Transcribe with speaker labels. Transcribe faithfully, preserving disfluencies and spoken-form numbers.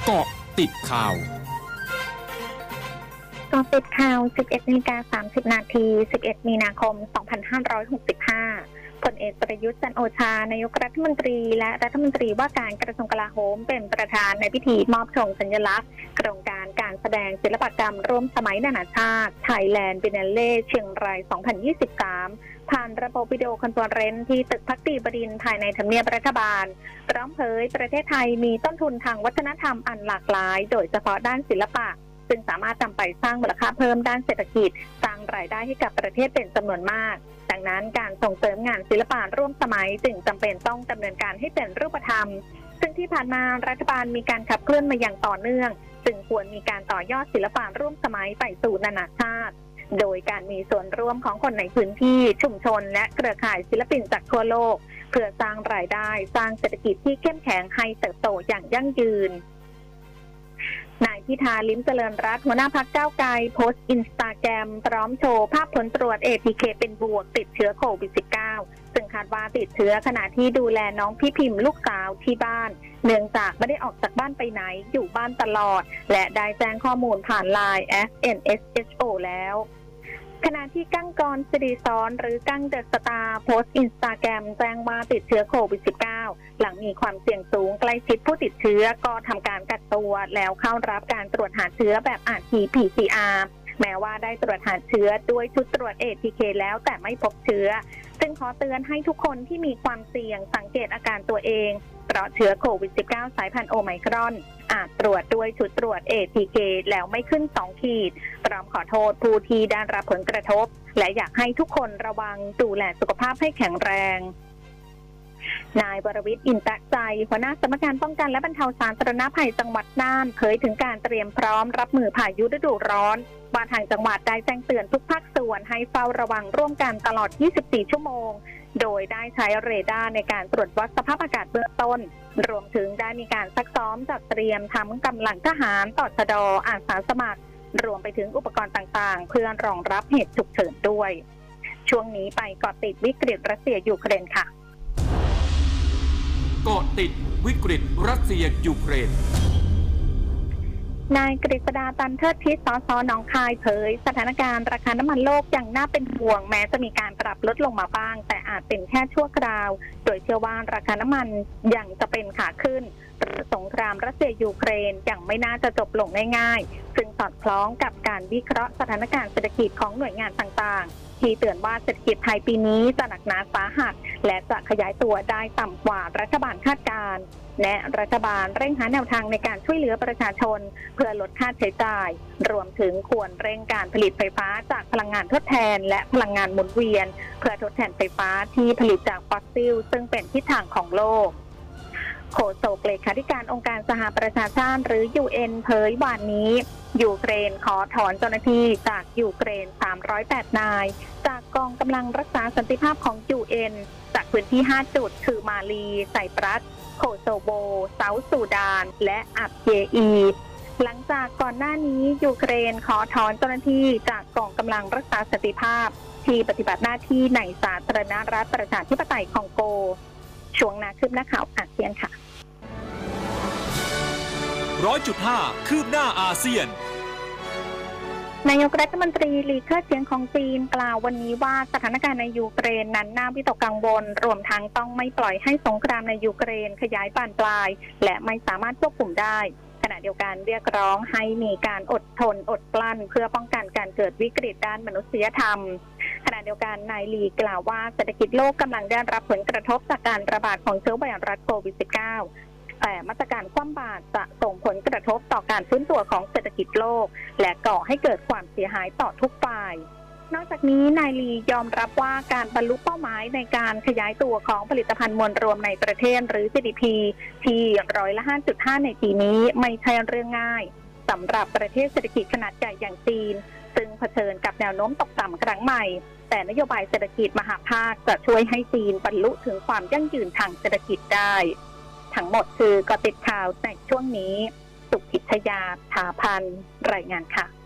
Speaker 1: เกาะติดข่าว
Speaker 2: เกาะติดข่าว สิบเอ็ดนาฬิกาสามสิบนาที สิบเอ็ดมีนาคม สองพันห้าร้อยหกสิบห้า พลเอกประยุทธ์จันทร์โอชานายกรัฐมนตรีและรัฐมนตรีว่าการกระทรวงกลาโหมเป็นประธานในพิธีมอบธงสัญลักษณ์โครงการการแสดงศิลปกรรมร่วมสมัยนานาชาติ Thailand Biennale เชียงราย สองพันยี่สิบสาม ผ่านระบบวิดีโอคอนเฟอเรนซ์ที่ตึกภักดีบดินทร์ภายในทำเนียบรัฐบาลพร้อมเผยประเทศไทยมีต้นทุนทางวัฒนธรรมอันหลากหลายโดยเฉพาะด้านศิลปะซึ่งสามารถนำไปสร้างมูลค่าเพิ่มด้านเศรษฐกิจสร้างรายได้ให้กับประเทศเป็นจำนวนมากดังนั้นการส่งเสริมงานศิลปะร่วมสมัยจึงจำเป็นต้องดำเนินการให้เป็นรูปธรรมซึ่งที่ผ่านมารัฐบาลมีการขับเคลื่อนมาอย่างต่อเนื่องจึงควรมีการต่อยอดศิลปะร่วมสมัยไปสู่นานาชาติโดยการมีส่วนร่วมของคนในพื้นที่ชุมชนและเครือข่ายศิลปินจากทั่วโลกเพื่อสร้างรายได้สร้างเศรษฐกิจที่เข้มแข็งให้เติบโตอย่างยั่งยืนนายพิธาลิ้มเจริญรัตน์หัวหน้าพรรคก้าวไกลโพสต์อินสตาแกรมพร้อมโชว์ภาพผลตรวจ เอ ที เค เป็นบวกติดเชื้อโควิด สิบเก้า ซึ่งคาดว่าติดเชื้อขณะที่ดูแลน้องพี่พิมพ์ลูกสาวที่บ้านเนื่องจากไม่ได้ออกจากบ้านไปไหนอยู่บ้านตลอดและได้แจ้งข้อมูลผ่าน ไลน์ แอท เอ็น เอส เอช โอ แล้วขณะที่กั้งกรสิริซ้อนหรือกั้งเดอะสตาร์โพสต์อินสตาแกรมแจ้งว่าติดเชื้อโควิด สิบเก้า หลังมีความเสี่ยงสูงใกล้ชิดผู้ติดเชื้อก็ทำการกักตัวแล้วเข้ารับการตรวจหาเชื้อแบบ อาร์ ที พี ซี อาร์ แม้ว่าได้ตรวจหาเชื้อด้วยชุดตรวจ เอ ที เค แล้วแต่ไม่พบเชื้อจึงขอเตือนให้ทุกคนที่มีความเสี่ยงสังเกตอาการตัวเองเพราะเชื้อโควิด สิบเก้า สายพันธุ์โอไมครอนอาจตรวจด้วยชุดตรวจ เอ ที เค แล้วไม่ขึ้นสองขีดพร้อมขอโทษผู้ที่ได้รับผลกระทบและอยากให้ทุกคนระวังดูแลสุขภาพให้แข็งแรงนายวรวิทย์อินตะใจหัวหน้าสำนักงานป้องกันและบรรเทาสาธารณภัยจังหวัดน่านเผยถึงการเตรียมพร้อมรับมือพายุฤดูร้อนว่าทางจังหวัดได้แจ้งเตือนทุกภาคส่วนให้เฝ้าระวังร่วมกันตลอดยี่สิบสี่ชั่วโมงโดยได้ใช้เรดาร์ในการตรวจวัดสภาพอากาศเบื้องต้นรวมถึงได้มีการซักซ้อมจัดเตรียมทั้งกำลังทหารตชด.อาสาสมัครรวมไปถึงอุปกรณ์ต่างๆเพื่อรองรับเหตุฉุกเฉินด้วยช่วงนี้ไปเกาะติดวิกฤตรัสเซียยูเครนค่ะ
Speaker 1: เกาะติดวิกฤตรัสเซียยูเครน
Speaker 2: นายกฤษดาตันเทิดทิศสสหนองคายเผยสถานการณ์ราคาน้ำมันโลกยังน่าเป็นห่วงแม้จะมีการปรับลดลงมาบ้างแต่อาจเป็นแค่ชั่วคราวโดยเชื่อว่าราคาน้ำมันยังจะเป็นขาขึ้นสงครามรัสเซียยูเครนยังไม่น่าจะจบลงง่ายๆซึ่งสอดคล้องกับการวิเคราะห์สถานการณ์เศรษฐกิจของหน่วยงานต่างๆที่เตือนว่าเศรษฐกิจไทยปีนี้จะหนักหนาสาหัสและจะขยายตัวได้ต่ำกว่ารัฐบาลคาดการณ์และรัฐบาลเร่งหาแนวทางในการช่วยเหลือประชาชนเพื่อลดค่าใช้จ่ายรวมถึงควรเร่งการผลิตไฟฟ้าจากพลังงานทดแทนและพลังงานหมุนเวียนเพื่อทดแทนไฟฟ้าที่ผลิตจากฟอสซิลซึ่งเป็นทิศทางของโลกโฆษกเลขาธิการองค์การสหประชาชาติหรือ ยู เอ็น เผยวันนี้ยูเครนขอถอนเจ้าหน้าที่จากยูเครนสามร้อยแปดนายจากกองกำลังรักษาสันติภาพของ ยู เอ็น จากพื้นที่ห้าจุดคือมาลีไซปรัสโคโซโวเซาท์ซูดานและอับเยอีหลังจากก่อนหน้านี้ยูเครนขอถอนเจ้าหน้าที่จากกองกำลังรักษาสันติภาพที่ปฏิบัติหน้าที่ในสาธารณรัฐประชาธิปไตยคองโกช่วงนาคืบหน้าข่าวอาเซียนค่ะ
Speaker 1: ร้อยจุดห้าคืบหน้าอาเซียน
Speaker 2: นายกรัฐมนตรีหลีเค่อเจียงของจีนกล่าววันนี้ว่าสถานการณ์ในยูเครนนั้นน่าวิตกกังวลรวมทั้งต้องไม่ปล่อยให้สงครามในยูเครนขยายบานปลายและไม่สามารถควบคุมได้ขณะเดียวกันเรียกร้องให้มีการอดทนอดกลั้นเพื่อป้องกันการเกิดวิกฤตด้านมนุษยธรรมขณะเดียวกันนายหลีกล่าวว่าเศรษฐกิจโลกกำลังได้รับผลกระทบจากการระบาดของเชื้อไวรัสโควิด สิบเก้าแต่มาตรการคว่ำบาตรจะส่งผลกระทบต่อการฟื้นตัวของเศรษฐกิจโลกและก่อให้เกิดความเสียหายต่อทุกฝ่ายนอกจากนี้นายลียอมรับว่าการบรรลุเป้าหมายในการขยายตัวของผลิตภัณฑ์มวลรวมในประเทศหรือ จี ดี พี ที่ร้อยละ ห้าจุดห้า ในปีนี้ไม่ใช่เรื่องง่ายสำหรับประเทศเศรษฐกิจขนาดใหญ่อย่างจีนซึ่งเผชิญกับแนวโน้มตกต่ำครั้งใหม่แต่นโยบายเศรษฐกิจมหาภาคจะช่วยให้จีนบรรลุถึงความยั่งยืนทางเศรษฐกิจได้ทั้งหมดคือเกาะติดข่าวในช่วงนี้สุขิตยา ถาพันรายงานค่ะ